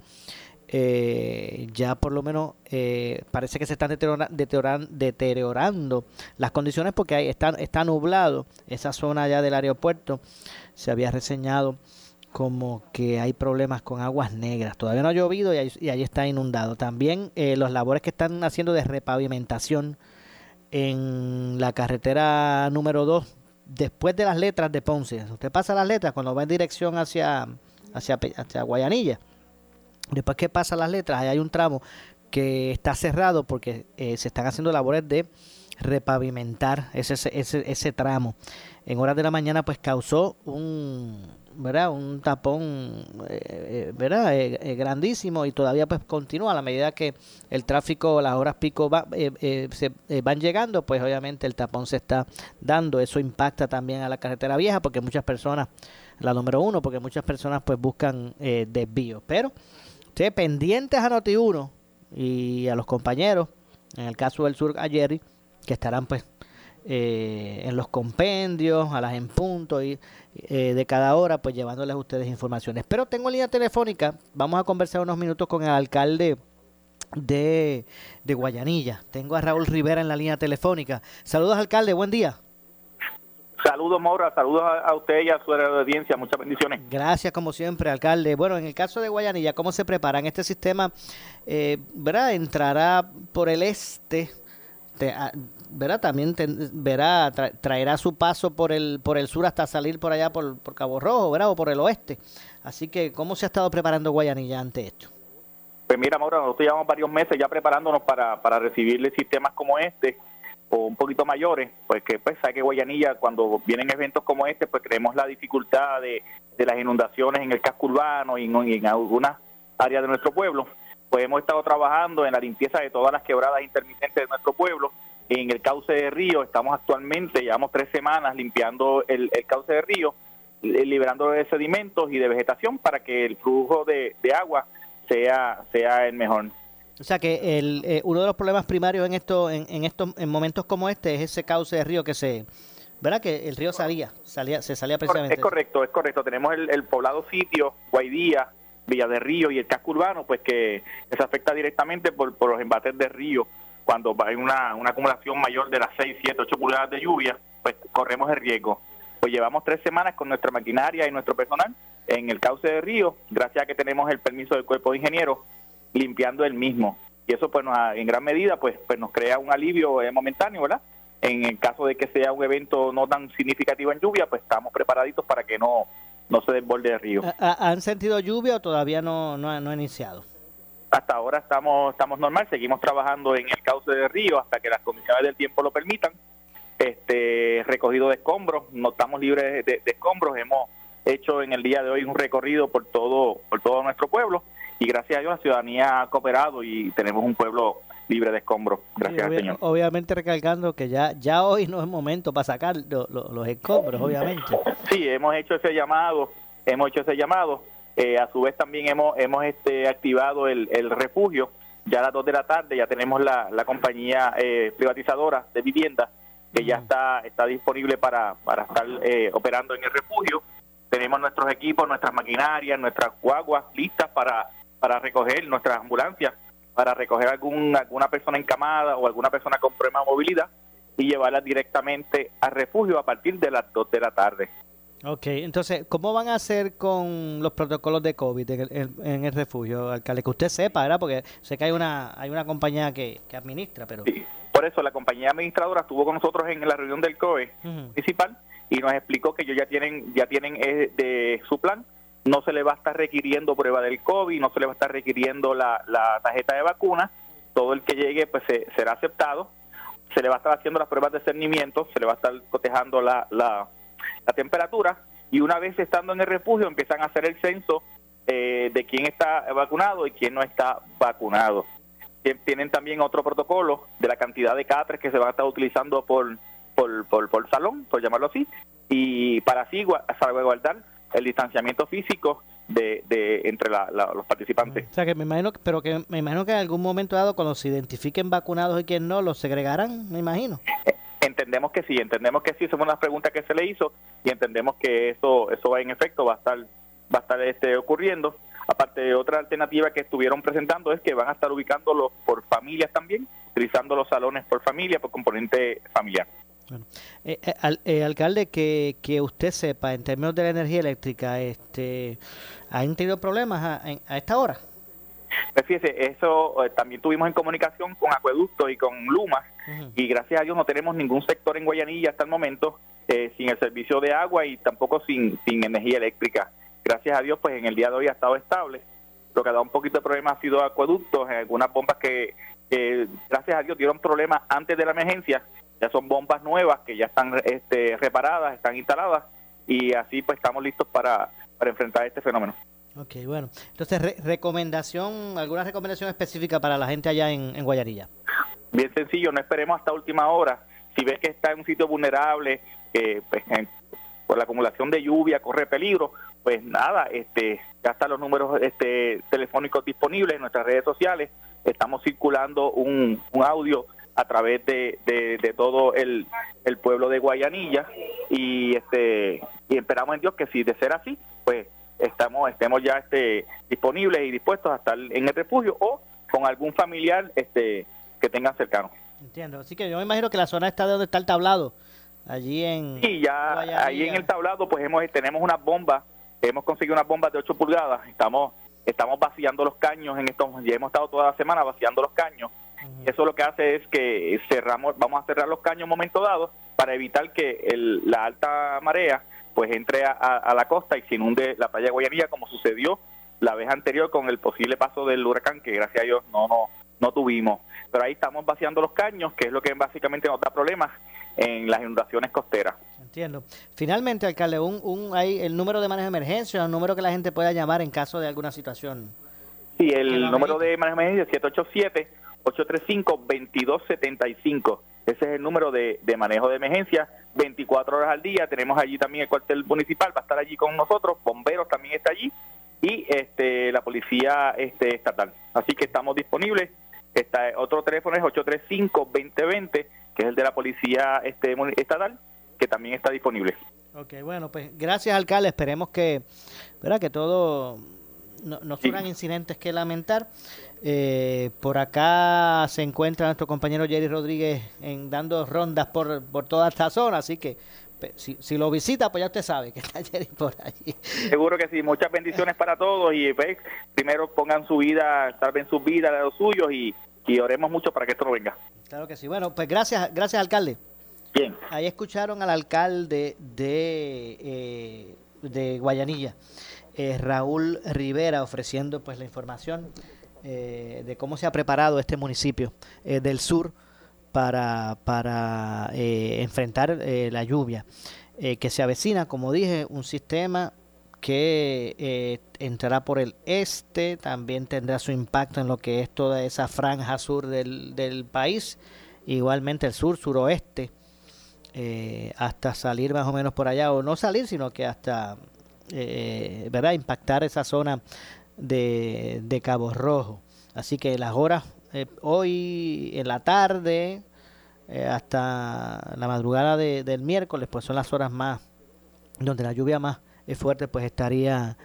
ya por lo menos parece que se están deteriorando las condiciones porque está nublado. Esa zona allá del aeropuerto se había reseñado como que hay problemas con aguas negras. Todavía no ha llovido y ahí está inundado. También los labores que están haciendo de repavimentación en la carretera número 2, después de las letras de Ponce. Usted pasa las letras cuando va en dirección hacia Guayanilla. Después que pasa las letras, ahí hay un tramo que está cerrado porque se están haciendo labores de repavimentar ese tramo. En horas de la mañana pues causó un tapón grandísimo y todavía pues continúa. A la medida que el tráfico, las horas pico van llegando, pues obviamente el tapón se está dando. Eso impacta también a la carretera vieja porque muchas personas, la número 1, porque muchas personas pues buscan desvíos. Pero ustedes pendientes a Noti1 y a los compañeros, en el caso del sur a Jerry, que estarán pues en los compendios, a las en punto y de cada hora, pues llevándoles a ustedes informaciones. Pero tengo línea telefónica, vamos a conversar unos minutos con el alcalde de Guayanilla. Tengo a Raúl Rivera en la línea telefónica. Saludos, alcalde, buen día. Saludos, Maura, saludos a usted y a su audiencia, muchas bendiciones. Gracias, como siempre, alcalde. Bueno, en el caso de Guayanilla, ¿cómo se preparan? Este sistema, ¿verdad? Entrará por el este, ¿verdad? También traerá su paso por el sur hasta salir por allá por Cabo Rojo, ¿verdad? O por el oeste. Así que, ¿cómo se ha estado preparando Guayanilla ante esto? Pues mira, Mauro, nosotros llevamos varios meses ya preparándonos para recibirle sistemas como este, o un poquito mayores, pues que pues sabe que Guayanilla, cuando vienen eventos como este, pues creemos la dificultad de las inundaciones en el casco urbano y en algunas áreas de nuestro pueblo. Pues hemos estado trabajando en la limpieza de todas las quebradas intermitentes de nuestro pueblo. En el cauce de río estamos actualmente, llevamos 3 semanas limpiando el cauce de río, liberando de sedimentos y de vegetación para que el flujo de agua sea el mejor. O sea que uno de los problemas primarios en momentos como este es ese cauce de río ¿verdad? Que el río se salía precisamente. Es correcto. Tenemos el poblado sitio, Guaidía, Villa de Río y el casco urbano, pues que se afecta directamente por los embates de río. Cuando hay una acumulación mayor de las 6, 7, 8 pulgadas de lluvia, pues corremos el riesgo. Pues llevamos 3 semanas con nuestra maquinaria y nuestro personal en el cauce de río, gracias a que tenemos el permiso del cuerpo de ingenieros, limpiando el mismo. Y eso pues en gran medida pues nos crea un alivio momentáneo, ¿verdad? En el caso de que sea un evento no tan significativo en lluvia, pues estamos preparaditos para que no se desborde el río. ¿Han sentido lluvia o todavía no ha iniciado? Hasta ahora estamos normal, seguimos trabajando en el cauce de río hasta que las condiciones del tiempo lo permitan. Recogido de escombros, no estamos libres de escombros, hemos hecho en el día de hoy un recorrido por todo nuestro pueblo y gracias a Dios la ciudadanía ha cooperado y tenemos un pueblo libre de escombros, gracias al Señor. Obviamente recalcando que ya hoy no es momento para sacar los escombros, obviamente. Sí, hemos hecho ese llamado. A su vez también hemos activado el refugio. Ya a las 2 de la tarde ya tenemos la compañía privatizadora de vivienda que ya está disponible para estar operando en el refugio. Tenemos nuestros equipos, nuestras maquinarias, nuestras guaguas listas para recoger, nuestras ambulancias, para recoger alguna persona encamada o alguna persona con problema de movilidad y llevarlas directamente al refugio a partir de las 2 de la tarde. Ok, entonces, ¿cómo van a hacer con los protocolos de COVID en el refugio, alcalde? Que usted sepa, ¿verdad? Porque sé que hay una compañía que administra, pero... Sí, por eso la compañía administradora estuvo con nosotros en la reunión del COE municipal y nos explicó que ellos ya tienen de su plan. No se le va a estar requiriendo prueba del COVID, no se le va a estar requiriendo la tarjeta de vacuna. Todo el que llegue pues será aceptado. Se le va a estar haciendo las pruebas de cernimiento, se le va a estar cotejando la temperatura y una vez estando en el refugio empiezan a hacer el censo de quién está vacunado y quién no está vacunado. Tienen también otro protocolo de la cantidad de catres que se van a estar utilizando por salón, por llamarlo así, y para así salvaguardar el distanciamiento físico entre los participantes. O sea que me imagino que en algún momento dado cuando se identifiquen vacunados y quien no, los segregarán, me imagino. Entendemos que sí, son unas preguntas que se le hizo y entendemos que eso en efecto va a estar ocurriendo. Aparte de otra alternativa que estuvieron presentando es que van a estar ubicándolos por familias también, utilizando los salones por familia, por componente familiar. Bueno, alcalde, que usted sepa, en términos de la energía eléctrica, ¿han tenido problemas a esta hora? Pues fíjese, eso también tuvimos en comunicación con Acueducto y con Luma, y gracias a Dios no tenemos ningún sector en Guayanilla hasta el momento sin el servicio de agua y tampoco sin energía eléctrica. Gracias a Dios, pues en el día de hoy ha estado estable. Lo que ha dado un poquito de problema ha sido acueductos, en algunas bombas que gracias a Dios dieron problemas antes de la emergencia. Ya son bombas nuevas que ya están reparadas, están instaladas y así pues estamos listos para enfrentar este fenómeno. Ok, bueno. Entonces, ¿alguna recomendación específica para la gente allá en Guayanilla? Bien sencillo, no esperemos hasta última hora. Si ves que está en un sitio vulnerable, pues, por la acumulación de lluvia, corre peligro, pues nada, ya están los números telefónicos disponibles en nuestras redes sociales. Estamos circulando un audio a través de todo el pueblo de Guayanilla y esperamos en Dios que si de ser así, pues estemos ya disponibles y dispuestos a estar en el refugio o con algún familiar que tengan cercano. Entiendo, así que yo me imagino que la zona está de donde está el tablado, allí en... Sí, ya Guayanilla. Ahí en el tablado pues tenemos unas bombas, hemos conseguido unas bombas de 8 pulgadas, estamos vaciando los caños ya hemos estado toda la semana vaciando los caños Eso lo que hace es que vamos a cerrar los caños en un momento dado para evitar que la alta marea pues entre a la costa y se inunde la playa de Guayanilla, como sucedió la vez anterior con el posible paso del huracán, que gracias a Dios no tuvimos. Pero ahí estamos vaciando los caños, que es lo que básicamente nos da problemas en las inundaciones costeras. Entiendo. Finalmente, alcalde, hay el número de manejo de emergencia, el número que la gente pueda llamar en caso de alguna situación. Sí, el número de manejo de emergencia es 787-835-2275. Ese es el número de manejo de emergencia, 24 horas al día. Tenemos allí también el cuartel municipal, va a estar allí con nosotros, bomberos también está allí, y la policía estatal. Así que estamos disponibles. Otro teléfono es 835-2020, que es el de la policía estatal, que también está disponible. Ok, bueno, pues gracias, alcalde. Esperemos que todo no surjan incidentes que lamentar. Por acá se encuentra nuestro compañero Jerry Rodríguez dando rondas por toda esta zona, así que si lo visita, pues ya usted sabe que está Jerry por allí. Seguro que sí. Muchas bendiciones para todos, y pues, primero pongan su vida, salven sus vidas, de los suyos, y oremos mucho para que esto no venga. Claro que sí. Bueno, pues gracias, alcalde. Bien. Ahí escucharon al alcalde de Guayanilla, Raúl Rivera, ofreciendo pues la información de cómo se ha preparado este municipio del sur para enfrentar la lluvia que se avecina. Como dije, un sistema que entrará por el este, también tendrá su impacto en lo que es toda esa franja sur del país, igualmente el suroeste, hasta salir más o menos por allá, o no salir, sino que hasta impactar esa zona de Cabo Rojo. Así que las horas hoy en la tarde hasta la madrugada del miércoles, pues son las horas más donde la lluvia más fuerte pues estaría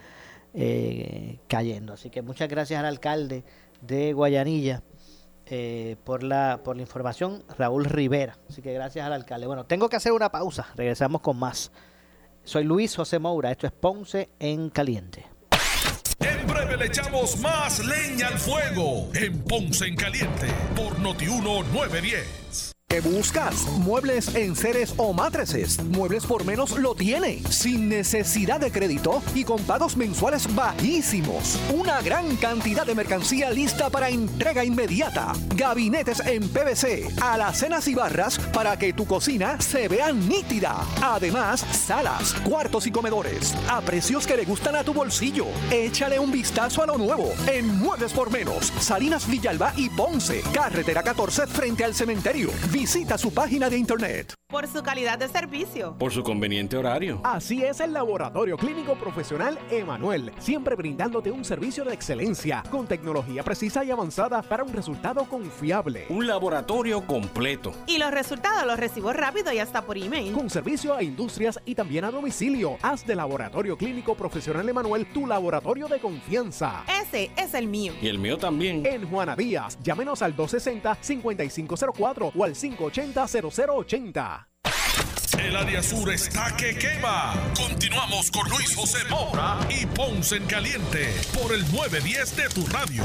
cayendo. Así que muchas gracias al alcalde de Guayanilla por la información, Raúl Rivera. Así que gracias al alcalde. Bueno, tengo que hacer una pausa, regresamos con más. Soy Luis José Moura, esto es Ponce en Caliente. En breve le echamos más leña al fuego en Ponce en Caliente por Noti1 910. ¿Qué buscas? ¿Muebles, enseres o matrices? Muebles por Menos lo tiene, sin necesidad de crédito y con pagos mensuales bajísimos. Una gran cantidad de mercancía lista para entrega inmediata. Gabinetes en PVC, alacenas y barras para que tu cocina se vea nítida. Además, salas, cuartos y comedores a precios que le gustan a tu bolsillo. Échale un vistazo a lo nuevo en Muebles por Menos, Salinas, Villalba y Ponce, carretera 14 frente al cementerio. Visita su página de internet. Por su calidad de servicio. Por su conveniente horario. Así es el Laboratorio Clínico Profesional Emanuel, siempre brindándote un servicio de excelencia, con tecnología precisa y avanzada para un resultado confiable. Un laboratorio completo. Y los resultados los recibo rápido y hasta por email. Con servicio a industrias y también a domicilio. Haz de Laboratorio Clínico Profesional Emanuel tu laboratorio de confianza. Ese es el mío. Y el mío también. En Juana Díaz, llámenos al 260-5504 o al 580-0080. El área sur está que quema. Continuamos con Luis José Moura y Ponce en Caliente por el 910 de tu radio.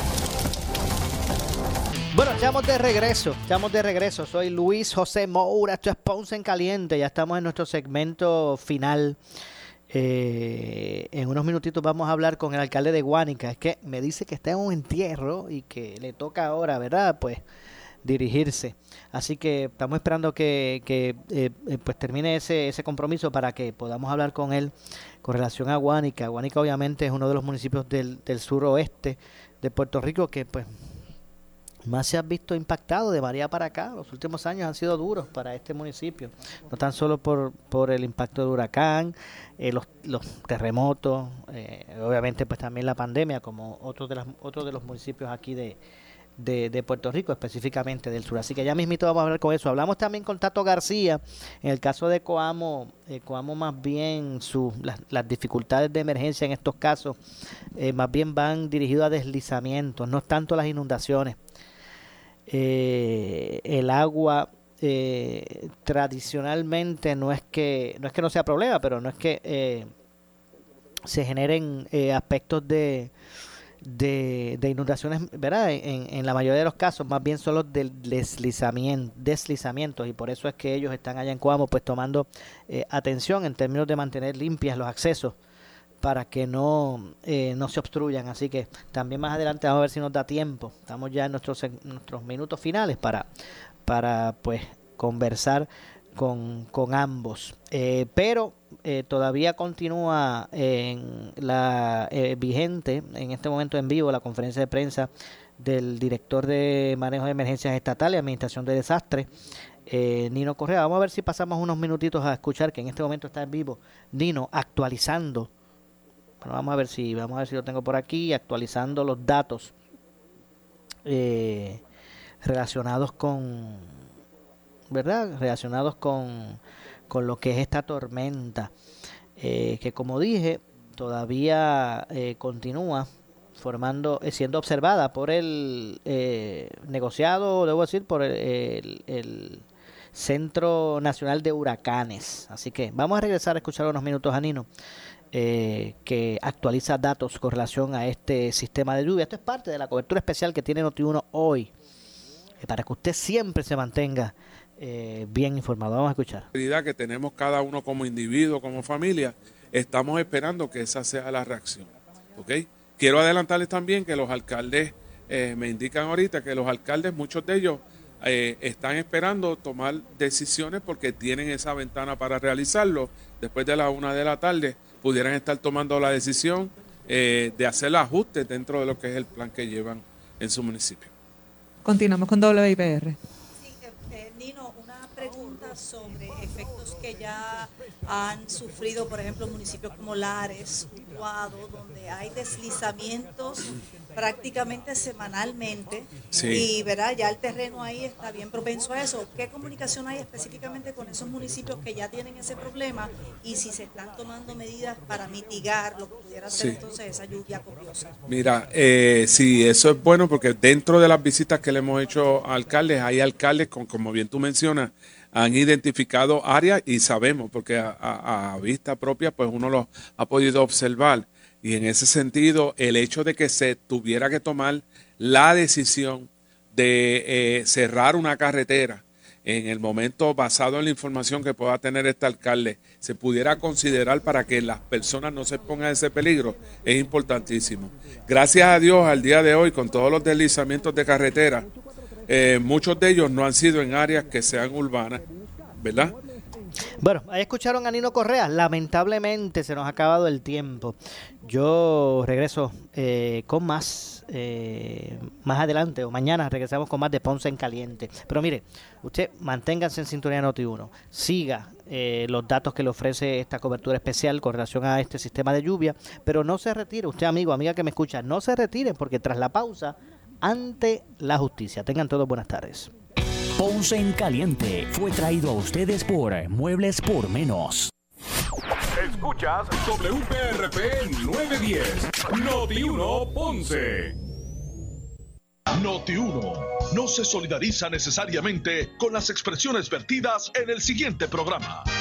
Bueno, estamos de regreso. Soy Luis José Moura, esto es Ponce en Caliente. Ya estamos en nuestro segmento final. En unos minutitos vamos a hablar con el alcalde de Guánica. Es que me dice que está en un entierro y que le toca ahora, ¿verdad? Pues dirigirse. Así que estamos esperando que pues termine ese compromiso para que podamos hablar con él con relación a Guánica. Guánica obviamente es uno de los municipios del suroeste de Puerto Rico que pues más se ha visto impactado de María para acá. Los últimos años han sido duros para este municipio, no tan solo por el impacto del huracán, los terremotos, obviamente pues también la pandemia, como otros de los municipios aquí de Puerto Rico, específicamente del sur. Así que ya mismito vamos a hablar con eso. Hablamos también con Tato García. En el caso de Coamo, Coamo más bien las dificultades de emergencia en estos casos más bien van dirigidos a deslizamientos, no tanto las inundaciones. El agua tradicionalmente no es que no sea problema, pero no es que se generen aspectos de inundaciones, ¿verdad? En la mayoría de los casos, más bien son los del deslizamientos, y por eso es que ellos están allá en Coamo, pues tomando atención en términos de mantener limpias los accesos para que no se obstruyan. Así que también más adelante vamos a ver si nos da tiempo. Estamos ya en nuestros minutos finales para pues conversar con ambos. Pero todavía continúa vigente en este momento en vivo la conferencia de prensa del director de manejo de emergencias estatales y administración de desastres, Nino Correa. Vamos a ver si pasamos unos minutitos a escuchar, que en este momento está en vivo Nino actualizando. Bueno, vamos a ver si lo tengo por aquí, actualizando los datos relacionados con, ¿verdad? Relacionados con lo que es esta tormenta, que como dije, todavía continúa siendo observada por el negociado, debo decir, por el Centro Nacional de Huracanes. Así que vamos a regresar a escuchar unos minutos a Nino, que actualiza datos con relación a este sistema de lluvia. Esto es parte de la cobertura especial que tiene Noti1 hoy, para que usted siempre se mantenga bien informado. Vamos a escuchar. La realidad que tenemos cada uno como individuo, como familia, estamos esperando que esa sea la reacción. ¿Okay? Quiero adelantarles también que los alcaldes, me indican ahorita que los alcaldes, muchos de ellos, están esperando tomar decisiones porque tienen esa ventana para realizarlo. Después de las 1 de la tarde pudieran estar tomando la decisión de hacer ajustes dentro de lo que es el plan que llevan en su municipio. Continuamos con WIPR. Sí, Nino, una pregunta sobre efectos que ya han sufrido, por ejemplo, municipios como Lares, Utuado, donde hay deslizamientos prácticamente semanalmente. Sí. Y verá, ya el terreno ahí está bien propenso a eso. ¿Qué comunicación hay específicamente con esos municipios que ya tienen ese problema y si se están tomando medidas para mitigar lo que pudiera ser entonces esa lluvia copiosa? Mira, sí, eso es bueno porque dentro de las visitas que le hemos hecho a alcaldes, hay alcaldes, como bien tú mencionas, han identificado áreas y sabemos, porque a vista propia, pues uno los ha podido observar. Y en ese sentido, el hecho de que se tuviera que tomar la decisión de cerrar una carretera en el momento basado en la información que pueda tener este alcalde, se pudiera considerar para que las personas no se pongan en ese peligro, es importantísimo. Gracias a Dios, al día de hoy, con todos los deslizamientos de carretera, muchos de ellos no han sido en áreas que sean urbanas, ¿verdad? Bueno, ahí escucharon a Nino Correa. Lamentablemente se nos ha acabado el tiempo. Yo regreso con más adelante o mañana regresamos con más de Ponce en Caliente. Pero mire, usted manténganse en sintonía de Noti1. Siga los datos que le ofrece esta cobertura especial con relación a este sistema de lluvia. Pero no se retire, usted amigo, amiga que me escucha, no se retiren porque tras la pausa, ante la justicia. Tengan todos buenas tardes. Ponce en Caliente fue traído a ustedes por Muebles por Menos. Escuchas WPRP 910, Noti1 Ponce. Noti1 no se solidariza necesariamente con las expresiones vertidas en el siguiente programa.